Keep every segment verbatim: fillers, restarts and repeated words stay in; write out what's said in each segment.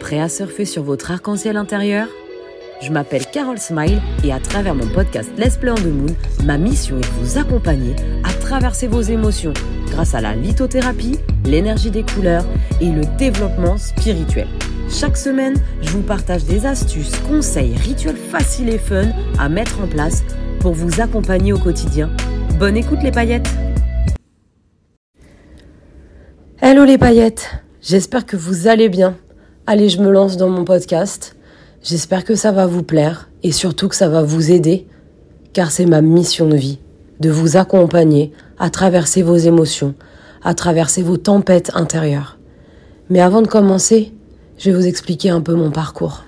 Prêt à surfer sur votre arc-en-ciel intérieur ? Je m'appelle Carole Smile et à travers mon podcast Let's Play on the Moon, ma mission est de vous accompagner à traverser vos émotions grâce à la lithothérapie, l'énergie des couleurs et le développement spirituel. Chaque semaine, je vous partage des astuces, conseils, rituels faciles et fun à mettre en place pour vous accompagner au quotidien. Bonne écoute les paillettes! Hello les paillettes! J'espère que vous allez bien. Allez, je me lance dans mon podcast. J'espère que ça va vous plaire et surtout que ça va vous aider, car c'est ma mission de vie, de vous accompagner à traverser vos émotions, à traverser vos tempêtes intérieures. Mais avant de commencer, je vais vous expliquer un peu mon parcours.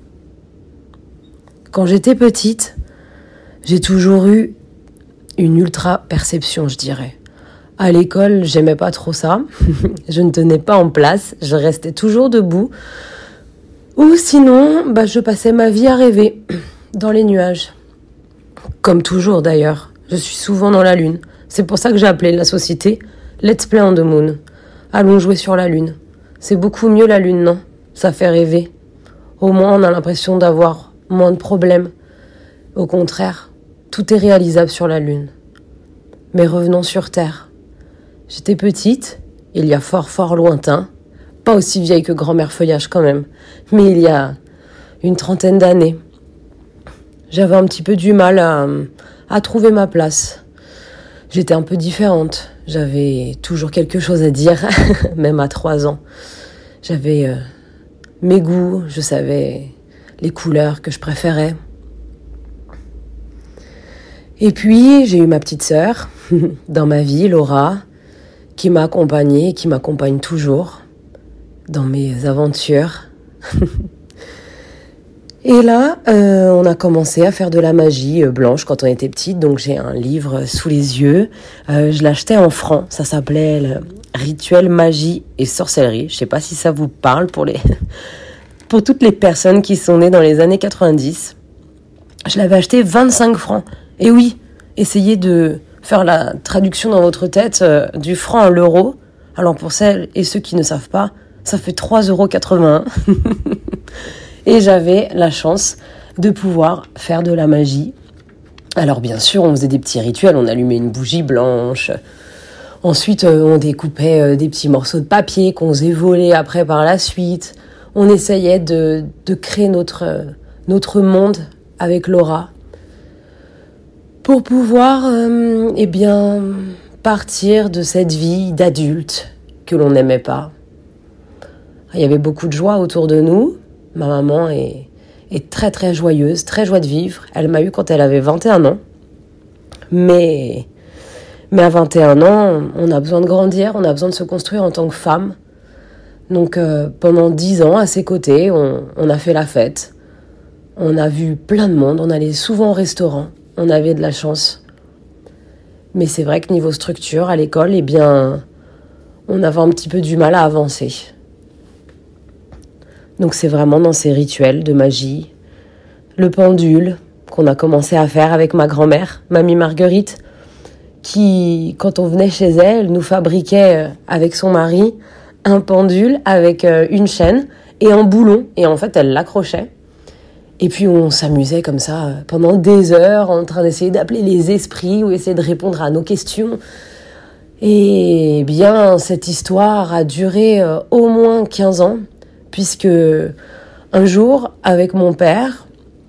Quand j'étais petite, j'ai toujours eu une ultra perception, je dirais. À l'école, j'aimais pas trop ça. Je ne tenais pas en place, je restais toujours debout. Ou sinon, bah, je passais ma vie à rêver, dans les nuages. Comme toujours d'ailleurs, je suis souvent dans la lune. C'est pour ça que j'ai appelé la société Let's Play on the Moon. Allons jouer sur la lune. C'est beaucoup mieux la lune, non ? Ça fait rêver. Au moins, on a l'impression d'avoir moins de problèmes. Au contraire, tout est réalisable sur la lune. Mais revenons sur Terre. J'étais petite, il y a fort fort lointain, pas aussi vieille que Grand-mère Feuillage quand même, mais il y a une trentaine d'années. J'avais un petit peu du mal à, à trouver ma place. J'étais un peu différente, j'avais toujours quelque chose à dire, même à trois ans. J'avais euh, mes goûts, je savais les couleurs que je préférais. Et puis, j'ai eu ma petite sœur dans ma vie, Laura, qui m'a accompagnée et qui m'accompagne toujours dans mes aventures. Et là, euh, on a commencé à faire de la magie euh, blanche quand on était petite. Donc j'ai un livre sous les yeux. Euh, je l'achetais en francs. Ça s'appelait le Rituel, magie et sorcellerie. Je sais pas si ça vous parle pour les pour toutes les personnes qui sont nées dans les années quatre-vingt-dix. Je l'avais acheté vingt-cinq francs. Et oui, essayez de faire la traduction dans votre tête euh, du franc à l'euro. Alors pour celles et ceux qui ne savent pas, ça fait trois euros quatre-vingt-un. Et j'avais la chance de pouvoir faire de la magie. Alors bien sûr, on faisait des petits rituels, on allumait une bougie blanche. Ensuite, euh, on découpait euh, des petits morceaux de papier qu'on faisait voler après par la suite. On essayait de, de créer notre, euh, notre monde avec Laura. Pour pouvoir euh, eh bien, partir de cette vie d'adulte que l'on n'aimait pas. Il y avait beaucoup de joie autour de nous. Ma maman est, est très très joyeuse, très joie de vivre. Elle m'a eu quand elle avait vingt et un ans. Mais, mais à vingt et un ans, on a besoin de grandir, on a besoin de se construire en tant que femme. Donc euh, pendant dix ans, à ses côtés, on, on a fait la fête. On a vu plein de monde, on allait souvent au restaurant. On avait de la chance. Mais c'est vrai que niveau structure, à l'école, eh bien, on avait un petit peu du mal à avancer. Donc c'est vraiment dans ces rituels de magie, le pendule qu'on a commencé à faire avec ma grand-mère, Mamie Marguerite, qui, quand on venait chez elle, nous fabriquait avec son mari un pendule avec une chaîne et un boulon. Et en fait, elle l'accrochait. Et puis on s'amusait comme ça pendant des heures en train d'essayer d'appeler les esprits ou essayer de répondre à nos questions. Et bien, cette histoire a duré euh, au moins quinze ans, puisque un jour, avec mon père,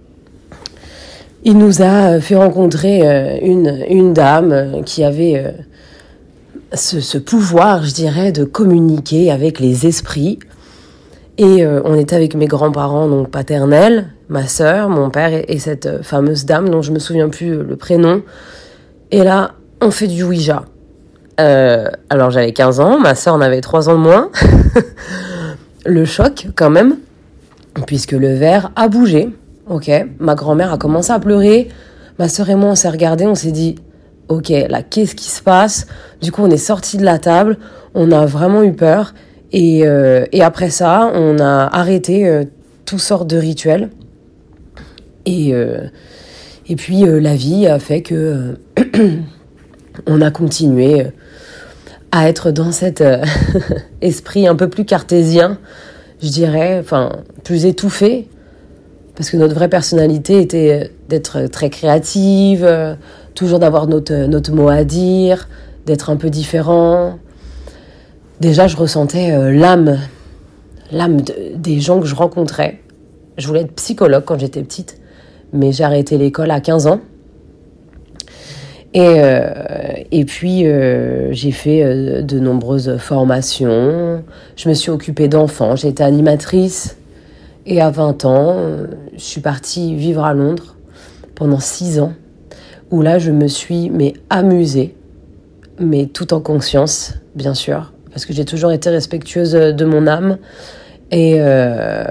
il nous a fait rencontrer euh, une, une dame qui avait euh, ce, ce pouvoir, je dirais, de communiquer avec les esprits. Et euh, on était avec mes grands-parents, donc paternels, ma sœur, mon père et, et cette fameuse dame dont je me souviens plus le prénom. Et là, on fait du Ouija. Euh, alors j'avais quinze ans, ma sœur en avait trois ans de moins. Le choc quand même, puisque le verre a bougé. Ok, ma grand-mère a commencé à pleurer. Ma sœur et moi, on s'est regardés, on s'est dit, ok, là, qu'est-ce qui se passe ? Du coup, on est sortis de la table, on a vraiment eu peur. Et, euh, et après ça, on a arrêté euh, toutes sortes de rituels. Et, euh, et puis, euh, la vie a fait que euh, on a continué à être dans cet euh, esprit un peu plus cartésien je dirais, enfin, plus étouffée, parce que notre vraie personnalité était d'être très créative, euh, toujours d'avoir notre, notre mot à dire, d'être un peu différent. Déjà, je ressentais euh, l'âme, l'âme de, des gens que je rencontrais. Je voulais être psychologue quand j'étais petite, mais j'ai arrêté l'école à quinze ans. Et, euh, et puis, euh, j'ai fait euh, de nombreuses formations. Je me suis occupée d'enfants. J'ai été animatrice. Et à vingt ans, euh, je suis partie vivre à Londres pendant six ans, où là, je me suis mais, amusée, mais tout en conscience, bien sûr, parce que j'ai toujours été respectueuse de mon âme. Et... Euh,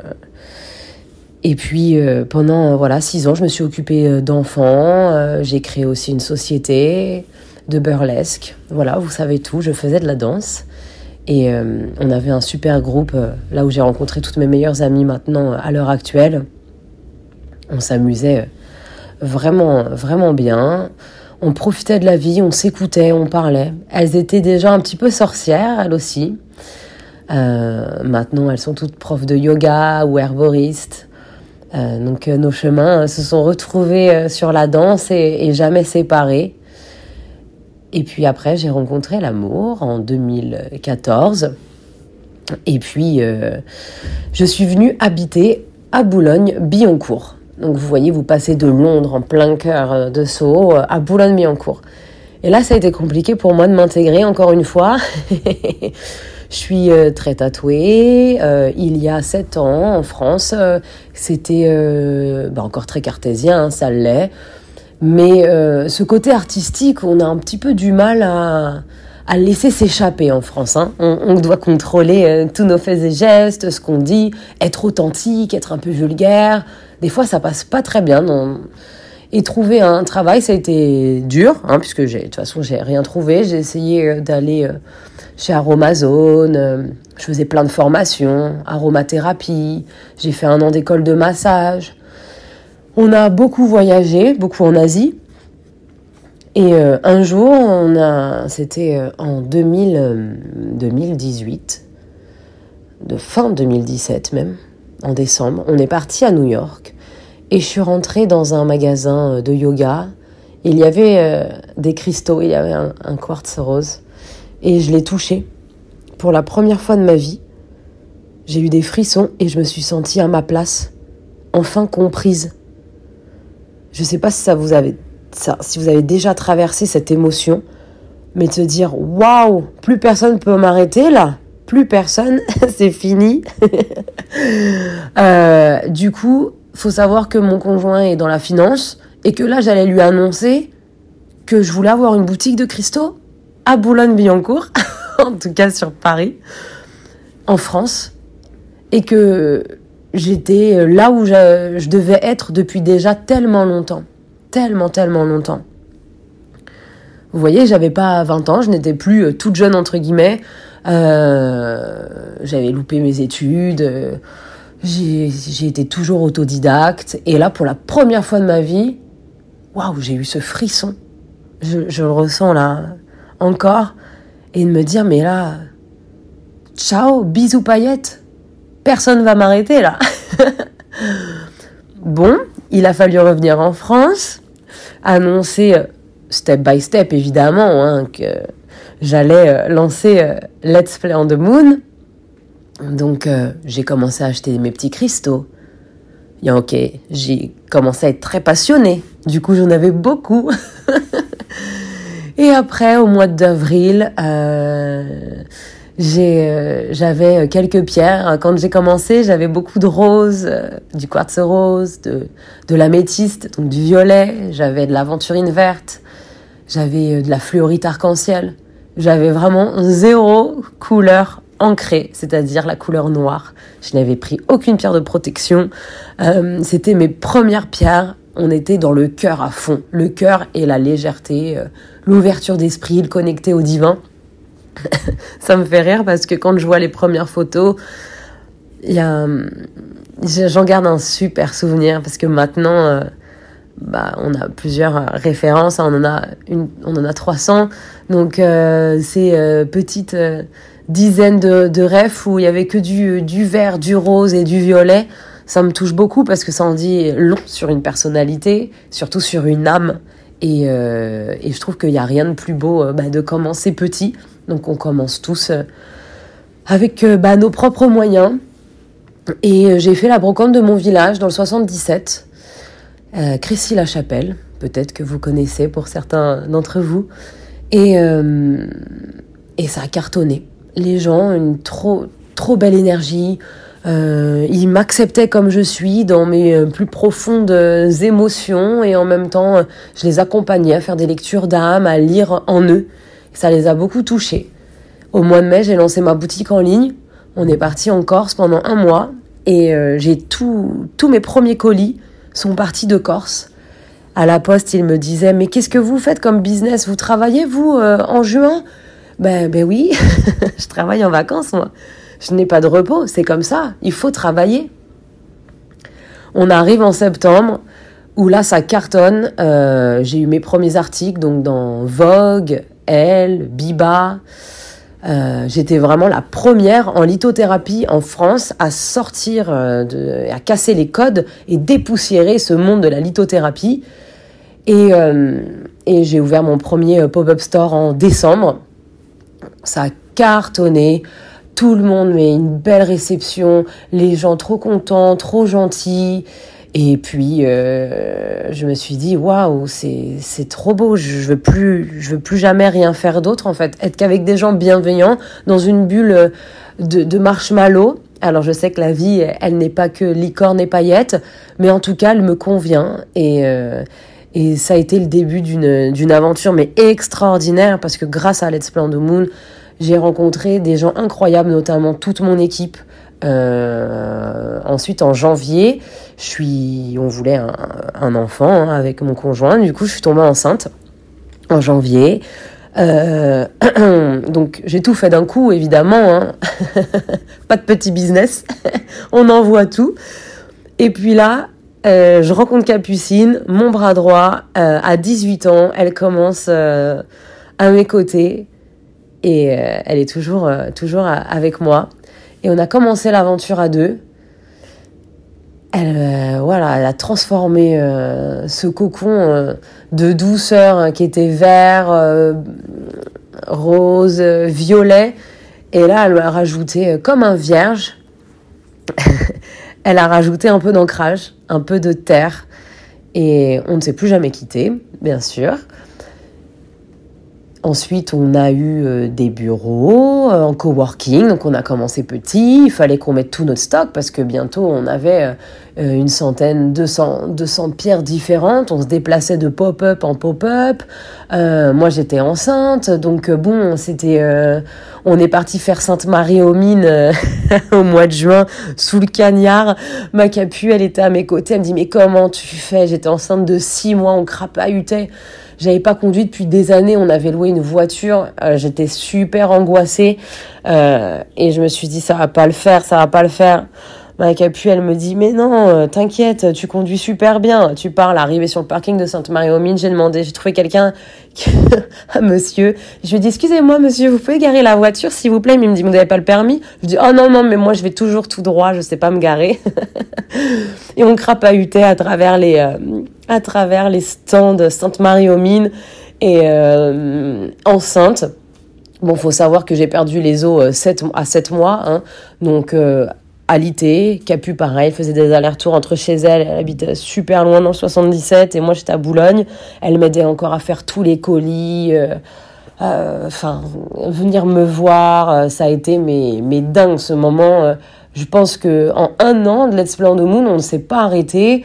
Et puis, euh, pendant voilà, six ans, je me suis occupée d'enfants. Euh, j'ai créé aussi une société de burlesque. Voilà, vous savez tout, je faisais de la danse. Et euh, on avait un super groupe, euh, là où j'ai rencontré toutes mes meilleures amies maintenant, à l'heure actuelle. On s'amusait vraiment, vraiment bien. On profitait de la vie, on s'écoutait, on parlait. Elles étaient déjà un petit peu sorcières, elles aussi. Euh, maintenant, elles sont toutes profs de yoga ou herboristes. Euh, donc euh, nos chemins euh, se sont retrouvés euh, sur la danse et, et jamais séparés. Et puis après, j'ai rencontré l'amour en deux mille quatorze. Et puis, euh, je suis venue habiter à Boulogne-Billancourt. Donc vous voyez, vous passez de Londres en plein cœur de Sceaux à Boulogne-Billancourt. Et là, ça a été compliqué pour moi de m'intégrer encore une fois. Je suis euh, très tatouée. Euh, il y a sept ans, en France, euh, c'était euh, bah encore très cartésien, hein, ça l'est. Mais euh, ce côté artistique, on a un petit peu du mal à, à laisser s'échapper en France. Hein. On, on doit contrôler euh, tous nos faits et gestes, ce qu'on dit, être authentique, être un peu vulgaire. Des fois, ça passe pas très bien. Non. Et trouver un travail, ça a été dur, hein, puisque j'ai, de toute façon, j'ai rien trouvé. J'ai essayé d'aller... Euh, chez Aromazone, euh, je faisais plein de formations, aromathérapie, j'ai fait un an d'école de massage. On a beaucoup voyagé, beaucoup en Asie. Et euh, un jour, on a, c'était euh, en deux mille, euh, deux mille dix-huit, de fin deux mille dix-sept même, en décembre, on est parti à New York. Et je suis rentrée dans un magasin de yoga. Il y avait euh, des cristaux, il y avait un, un quartz rose. Et je l'ai touché pour la première fois de ma vie. J'ai eu des frissons et je me suis sentie à ma place, enfin comprise. Je ne sais pas si ça vous avez, ça, si vous avez déjà traversé cette émotion, mais de se dire waouh, plus personne peut m'arrêter là, plus personne, c'est fini. euh, du coup, faut savoir que mon conjoint est dans la finance et que là, j'allais lui annoncer que je voulais avoir une boutique de cristaux à Boulogne-Billancourt, en tout cas sur Paris, en France, et que j'étais là où je, je devais être depuis déjà tellement longtemps, tellement, tellement longtemps. Vous voyez, j'avais pas vingt ans, je n'étais plus toute jeune, entre guillemets, euh, j'avais loupé mes études, euh, j'ai, j'ai été toujours autodidacte, et là, pour la première fois de ma vie, waouh, j'ai eu ce frisson, je, je le ressens là, encore, et de me dire, mais là, ciao, bisous paillettes, personne va m'arrêter là. Bon, il a fallu revenir en France, annoncer step by step évidemment hein, que j'allais lancer Let's Play on the Moon. Donc euh, j'ai commencé à acheter mes petits cristaux. Et ok, j'ai commencé à être très passionnée, du coup j'en avais beaucoup. Et après, au mois d'avril, euh, j'ai, euh, j'avais quelques pierres. Quand j'ai commencé, j'avais beaucoup de roses, euh, du quartz rose, de, de l'améthyste, donc du violet. J'avais de l'aventurine verte. J'avais de la fluorite arc-en-ciel. J'avais vraiment zéro couleur ancrée, c'est-à-dire la couleur noire. Je n'avais pris aucune pierre de protection. Euh, c'était mes premières pierres. On était dans le cœur à fond. Le cœur et la légèreté, euh, l'ouverture d'esprit, le connecter au divin. Ça me fait rire parce que quand je vois les premières photos, y a, j'en garde un super souvenir parce que maintenant, euh, bah, on a plusieurs références. On en a, une, on en a trois cents. Donc, euh, ces euh, petites euh, dizaines de, de refs où il y avait que du, du vert, du rose et du violet, ça me touche beaucoup parce que ça en dit long sur une personnalité, surtout sur une âme. Et, euh, et je trouve qu'il n'y a rien de plus beau euh, bah, de commencer petit. Donc on commence tous euh, avec euh, bah, nos propres moyens. Et euh, j'ai fait la brocante de mon village dans le soixante-dix-sept, euh, Crécy-la-Chapelle, peut-être que vous connaissez pour certains d'entre vous. Et, euh, et ça a cartonné. Les gens, une trop, trop belle énergie. Euh, ils m'acceptaient comme je suis dans mes plus profondes émotions et en même temps, je les accompagnais à faire des lectures d'âme, à lire en eux. Ça les a beaucoup touchés. Au mois de mai, j'ai lancé ma boutique en ligne. On est parti en Corse pendant un mois et euh, j'ai tout, tous mes premiers colis sont partis de Corse. À la poste, ils me disaient « Mais qu'est-ce que vous faites comme business ? Vous travaillez, vous, euh, en juin ?» Ben, ben oui, je travaille en vacances, moi. Je n'ai pas de repos, c'est comme ça, il faut travailler. On arrive en septembre, où là, ça cartonne. Euh, j'ai eu mes premiers articles, donc dans Vogue, Elle, Biba. Euh, j'étais vraiment la première en lithothérapie en France à sortir, euh, de, à casser les codes et dépoussiérer ce monde de la lithothérapie. Et, euh, et j'ai ouvert mon premier pop-up store en décembre. Ça a cartonné. Tout le monde met une belle réception, les gens trop contents, trop gentils. Et puis, euh, je me suis dit, waouh, c'est, c'est trop beau. Je veux plus, je veux plus jamais rien faire d'autre, en fait. Être qu'avec des gens bienveillants, dans une bulle de, de marshmallow. Alors, je sais que la vie, elle n'est pas que licorne et paillettes, mais en tout cas, elle me convient. Et, euh, et ça a été le début d'une, d'une aventure, mais extraordinaire, parce que grâce à Let's Play on the Moon, j'ai rencontré des gens incroyables, notamment toute mon équipe. Euh, ensuite, en janvier, je suis, on voulait un, un enfant hein, avec mon conjoint. Du coup, je suis tombée enceinte en janvier. Euh, donc, j'ai tout fait d'un coup, évidemment. Hein. Pas de petit business. On envoie tout. Et puis là, euh, je rencontre Capucine, mon bras droit, euh, à dix-huit ans. Elle commence euh, à mes côtés. Et euh, elle est toujours, euh, toujours avec moi. Et on a commencé l'aventure à deux. Elle, euh, voilà, elle a transformé euh, ce cocon euh, de douceur hein, qui était vert, euh, rose, euh, violet. Et là, elle a rajouté, euh, comme un vierge, elle a rajouté un peu d'ancrage, un peu de terre. Et on ne s'est plus jamais quitté, bien sûr. Ensuite, on a eu euh, des bureaux euh, en coworking, donc on a commencé petit. Il fallait qu'on mette tout notre stock parce que bientôt on avait euh, une centaine, deux cents, deux cents pierres différentes. On se déplaçait de pop-up en pop-up. Euh, moi, j'étais enceinte, donc euh, bon, c'était, euh, on est parti faire Sainte-Marie-aux-Mines euh, au mois de juin sous le cagnard. Ma Capu, elle était à mes côtés. Elle me dit mais comment tu fais ? J'étais enceinte de six mois, on crapahutait. J'avais pas conduit depuis des années, on avait loué une voiture, euh, j'étais super angoissée euh, et je me suis dit ça va pas le faire, ça va pas le faire. Ma Capu, elle me dit mais non, euh, t'inquiète, tu conduis super bien. Tu parles, arrivé sur le parking de Sainte-Marie-aux-Mines, j'ai demandé, j'ai trouvé quelqu'un, qui... un monsieur. Je lui ai dit excusez-moi monsieur, vous pouvez garer la voiture s'il vous plaît. Il me dit vous n'avez pas le permis. Je dis oh non non mais moi je vais toujours tout droit, je sais pas me garer. Et on crapahutait à travers les euh, à travers les stands de Sainte-Marie-aux-Mines et euh, enceinte. Bon, faut savoir que j'ai perdu les os euh, sept, à sept mois, hein, donc euh, alité, Capu pareil, faisait des allers-retours entre chez elle, elle habite super loin dans le soixante-dix-sept et moi j'étais à Boulogne, elle m'aidait encore à faire tous les colis, euh, euh, enfin venir me voir, euh, ça a été mais, mais dingue ce moment, euh, je pense que en un an de Let's Play on the Moon on ne s'est pas arrêté,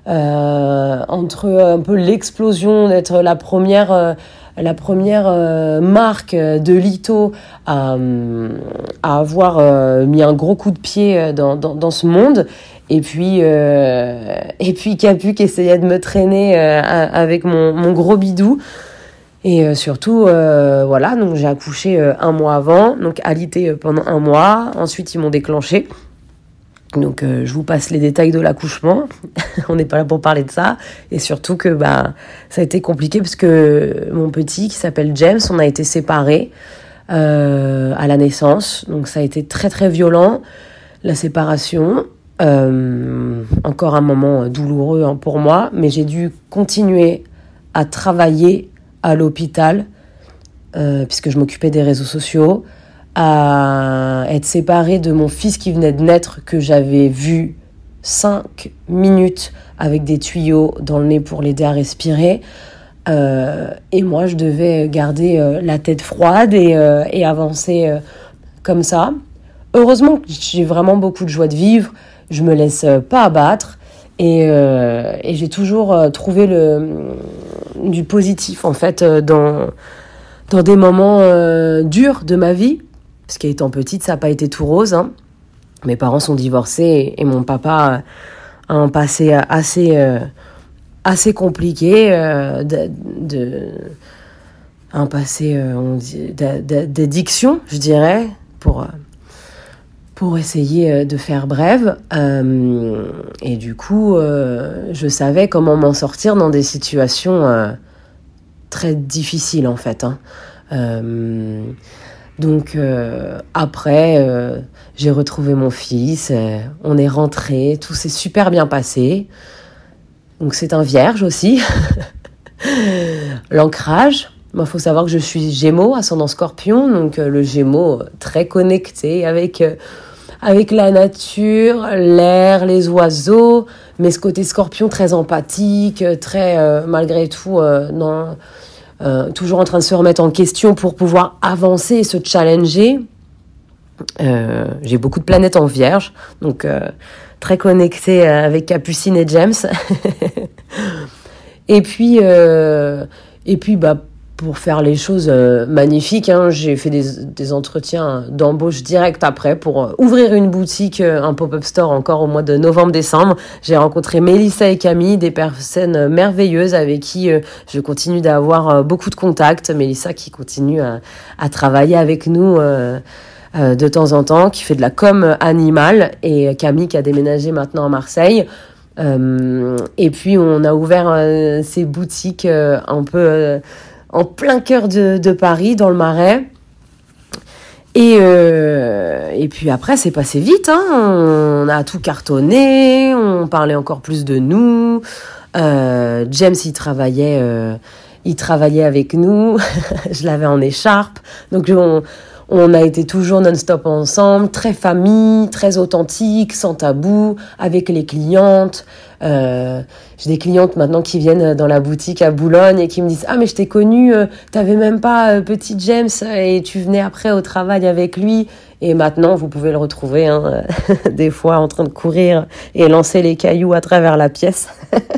euh, entre un peu l'explosion d'être la première... Euh, la première euh, marque de litho à, à avoir euh, mis un gros coup de pied dans, dans, dans ce monde. Et puis, euh, et puis Capu qui essayait de me traîner euh, avec mon, mon gros bidou. Et euh, surtout, euh, voilà, donc j'ai accouché euh, un mois avant, donc alité euh, pendant un mois. Ensuite, ils m'ont déclenché. Donc, euh, je vous passe les détails de l'accouchement. On n'est pas là pour parler de ça. Et surtout que bah, ça a été compliqué parce que mon petit, qui s'appelle James, on a été séparés. euh, à la naissance. Donc ça a été très très violent, la séparation. Euh, encore un moment douloureux hein, pour moi, mais j'ai dû continuer à travailler à l'hôpital, euh, puisque je m'occupais des réseaux sociaux, à être séparée de mon fils qui venait de naître, que j'avais vu cinq minutes avec des tuyaux dans le nez pour l'aider à respirer. Euh, et moi, je devais garder euh, la tête froide et, euh, et avancer euh, comme ça. Heureusement que j'ai vraiment beaucoup de joie de vivre. Je me laisse euh, pas abattre. Et, euh, et j'ai toujours euh, trouvé le, du positif, en fait, euh, dans, dans des moments euh, durs de ma vie. Parce qu'étant petite, ça n'a pas été tout rose. Hein. Mes parents sont divorcés et, et mon papa a un passé assez... Euh, assez compliqué, euh, de, de, un passé euh, on dit, d'addiction, je dirais, pour, pour essayer de faire brève. Euh, et du coup, euh, je savais comment m'en sortir dans des situations euh, très difficiles, en fait. Hein. Euh, donc, euh, après, euh, j'ai retrouvé mon fils, euh, on est rentrés, tout s'est super bien passé. Donc c'est un vierge aussi. L'ancrage, il faut savoir que je suis Gémeaux, ascendant Scorpion, donc euh, le Gémeaux très connecté avec, euh, avec la nature, l'air, les oiseaux, mais ce côté Scorpion très empathique, très euh, malgré tout euh, dans, euh, toujours en train de se remettre en question pour pouvoir avancer et se challenger. Euh, j'ai beaucoup de planètes en Vierge, donc euh, très connectée avec Capucine et James. et puis, euh, et puis bah, pour faire les choses euh, magnifiques, hein, j'ai fait des, des entretiens d'embauche direct après pour euh, ouvrir une boutique, euh, un pop-up store encore au mois de novembre-décembre. J'ai rencontré Mélissa et Camille, des personnes merveilleuses avec qui euh, je continue d'avoir euh, beaucoup de contacts. Mélissa qui continue à, à travailler avec nous euh, Euh, de temps en temps, qui fait de la com animale, et Camille qui a déménagé maintenant à Marseille. Euh, et puis on a ouvert euh, ces boutiques euh, un peu euh, en plein cœur de, de Paris, dans le Marais. Et, euh, et puis après, c'est passé vite. Hein. On a tout cartonné, on parlait encore plus de nous. Euh, James, il travaillait, euh, il travaillait avec nous. Je l'avais en écharpe. Donc on... On a été toujours non-stop ensemble, très famille, très authentique, sans tabou, avec les clientes. Euh, j'ai des clientes maintenant qui viennent dans la boutique à Boulogne et qui me disent « Ah, mais je t'ai connue, euh, t'avais même pas euh, petit James et tu venais après au travail avec lui. » Et maintenant, vous pouvez le retrouver hein, des fois en train de courir et lancer les cailloux à travers la pièce.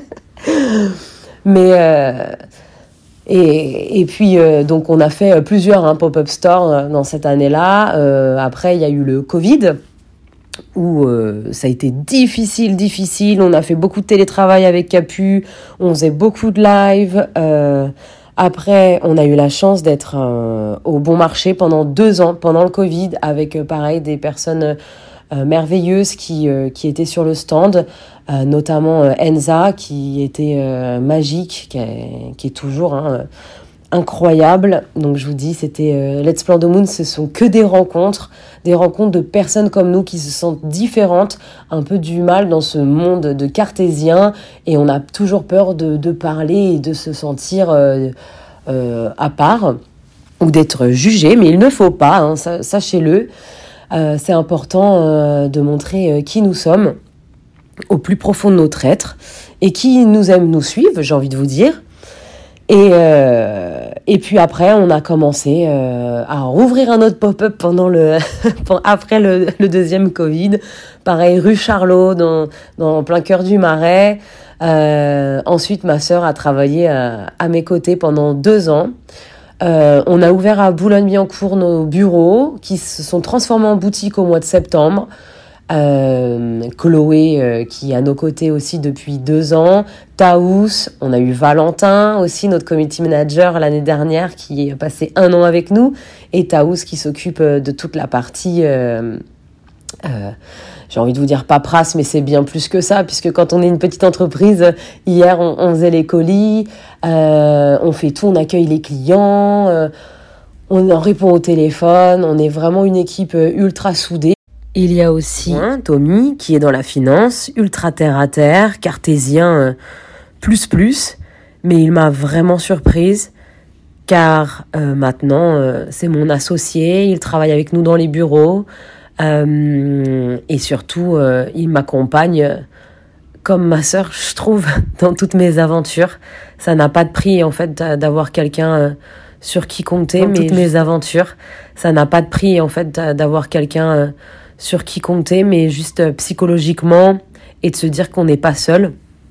Mais... Euh, Et, et puis, euh, donc, on a fait plusieurs hein, pop-up stores dans cette année-là. Euh, après, il y a eu le Covid, où euh, ça a été difficile, difficile. On a fait beaucoup de télétravail avec Capu, on faisait beaucoup de live. Euh, après, on a eu la chance d'être euh, au Bon Marché pendant deux ans, pendant le Covid, avec, euh, pareil, des personnes euh, merveilleuses qui, euh, qui étaient sur le stand. Euh, notamment euh, Enza qui était euh, magique, qui est, qui est toujours hein, euh, incroyable. Donc je vous dis, c'était euh, Let's Plan the Moon, ce sont que des rencontres, des rencontres de personnes comme nous qui se sentent différentes, un peu du mal dans ce monde de cartésien, et on a toujours peur de, de parler et de se sentir euh, euh, à part ou d'être jugé, mais il ne faut pas, hein, sachez-le. Euh, c'est important euh, de montrer euh, qui nous sommes au plus profond de notre être, et qui nous aime nous suivre, j'ai envie de vous dire. Et, euh, et puis après, on a commencé euh, à rouvrir un autre pop-up pendant le, après le, le deuxième Covid. Pareil, rue Charlot, dans, dans plein cœur du Marais. Euh, ensuite, ma sœur a travaillé à, à mes côtés pendant deux ans. Euh, on a ouvert à Boulogne-Billancourt nos bureaux, qui se sont transformés en boutique au mois de septembre. Euh, Chloé euh, qui est à nos côtés aussi depuis deux ans, Taous, on a eu Valentin aussi, notre community manager l'année dernière, qui est passé un an avec nous, et Taous qui s'occupe de toute la partie euh, euh, j'ai envie de vous dire paperasse, mais c'est bien plus que ça, puisque quand on est une petite entreprise, hier on, on faisait les colis, euh, on fait tout, on accueille les clients, euh, on répond au téléphone, on est vraiment une équipe ultra soudée. Il y a aussi hein, Tommy qui est dans la finance, ultra terre à terre, cartésien euh, plus plus, mais il m'a vraiment surprise car euh, maintenant euh, c'est mon associé, il travaille avec nous dans les bureaux euh, et surtout euh, il m'accompagne comme ma sœur, je trouve, dans toutes mes aventures. Ça n'a pas de prix en fait d'avoir quelqu'un euh, sur qui compter, dans mais toutes mes aventures, ça n'a pas de prix en fait d'avoir quelqu'un euh, sur qui compter, mais juste euh, psychologiquement, et de se dire qu'on n'est pas seul,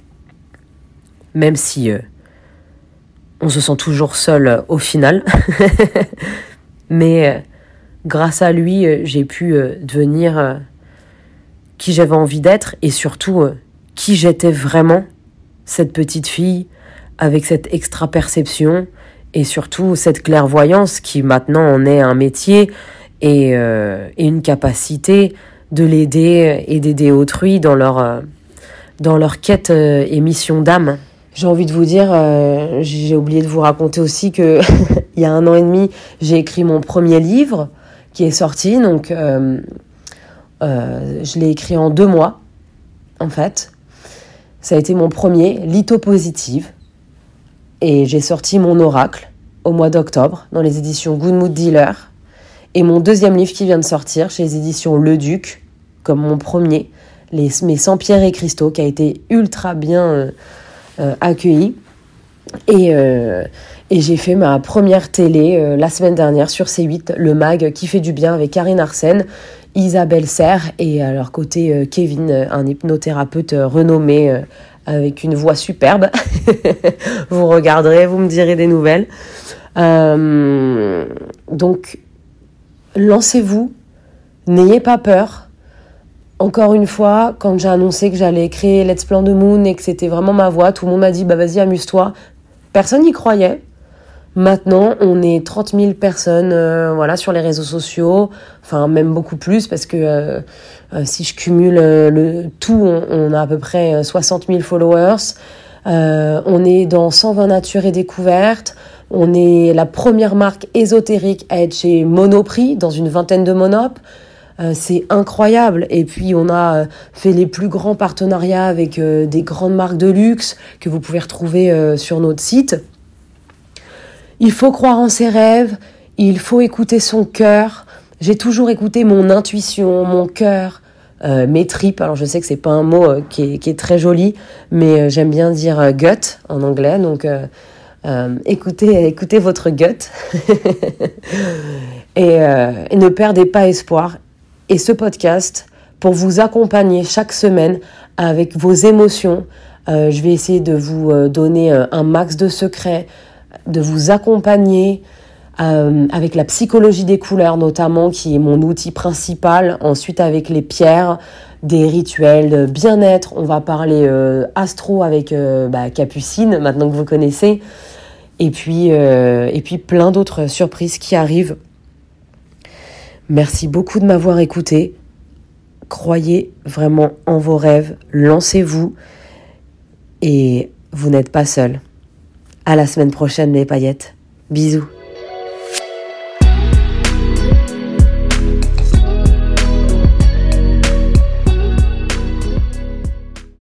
même si euh, on se sent toujours seul euh, au final. Mais euh, grâce à lui, euh, j'ai pu euh, devenir euh, qui j'avais envie d'être, et surtout euh, qui j'étais vraiment, cette petite fille, avec cette extra-perception, et surtout cette clairvoyance qui maintenant en est un métier, et, euh, et une capacité de l'aider et d'aider autrui dans leur, euh, dans leur quête euh, et mission d'âme. J'ai envie de vous dire, euh, j'ai oublié de vous raconter aussi que il y a un an et demi, j'ai écrit mon premier livre qui est sorti, donc euh, euh, je l'ai écrit en deux mois, en fait. Ça a été mon premier, Lithopositive, et j'ai sorti mon oracle au mois d'octobre dans les éditions Good Mood Dealer. Et mon deuxième livre qui vient de sortir chez les éditions Le Duc, comme mon premier, les, mes cent pierres et cristaux, qui a été ultra bien euh, euh, accueilli. Et, euh, et j'ai fait ma première télé euh, la semaine dernière sur C huit, le mag qui fait du bien avec Karine Arsène, Isabelle Serre et à leur côté euh, Kevin, un hypnothérapeute euh, renommé euh, avec une voix superbe. Vous regarderez, vous me direz des nouvelles. Euh, donc, lancez-vous, n'ayez pas peur. Encore une fois, quand j'ai annoncé que j'allais créer Let's Plan the Moon et que c'était vraiment ma voix, tout le monde m'a dit bah vas-y, amuse-toi. Personne n'y croyait. Maintenant, on est trente mille personnes euh, voilà, sur les réseaux sociaux, enfin même beaucoup plus parce que euh, euh, si je cumule euh, le tout, on, on a à peu près soixante mille followers. Euh, on est dans cent vingt natures et découvertes. On est la première marque ésotérique à être chez Monoprix, dans une vingtaine de monopes. Euh, c'est incroyable. Et puis, on a euh, fait les plus grands partenariats avec euh, des grandes marques de luxe que vous pouvez retrouver euh, sur notre site. Il faut croire en ses rêves, il faut écouter son cœur. J'ai toujours écouté mon intuition, mon cœur, euh, mes tripes. Alors, je sais que c'est pas un mot euh, qui, est, qui est très joli, mais euh, j'aime bien dire euh, gut en anglais. Donc, euh, Euh, écoutez, écoutez votre gut et, euh, et ne perdez pas espoir. Et ce podcast, pour vous accompagner chaque semaine avec vos émotions, euh, je vais essayer de vous euh, donner euh, un max de secrets, de vous accompagner euh, avec la psychologie des couleurs notamment, qui est mon outil principal. Ensuite, avec les pierres, des rituels de bien-être. On va parler euh, astro avec euh, bah, Capucine, maintenant que vous connaissez. Et puis, euh, et puis plein d'autres surprises qui arrivent. Merci beaucoup de m'avoir écouté. Croyez vraiment en vos rêves. Lancez-vous. Et vous n'êtes pas seul. À la semaine prochaine, les paillettes. Bisous.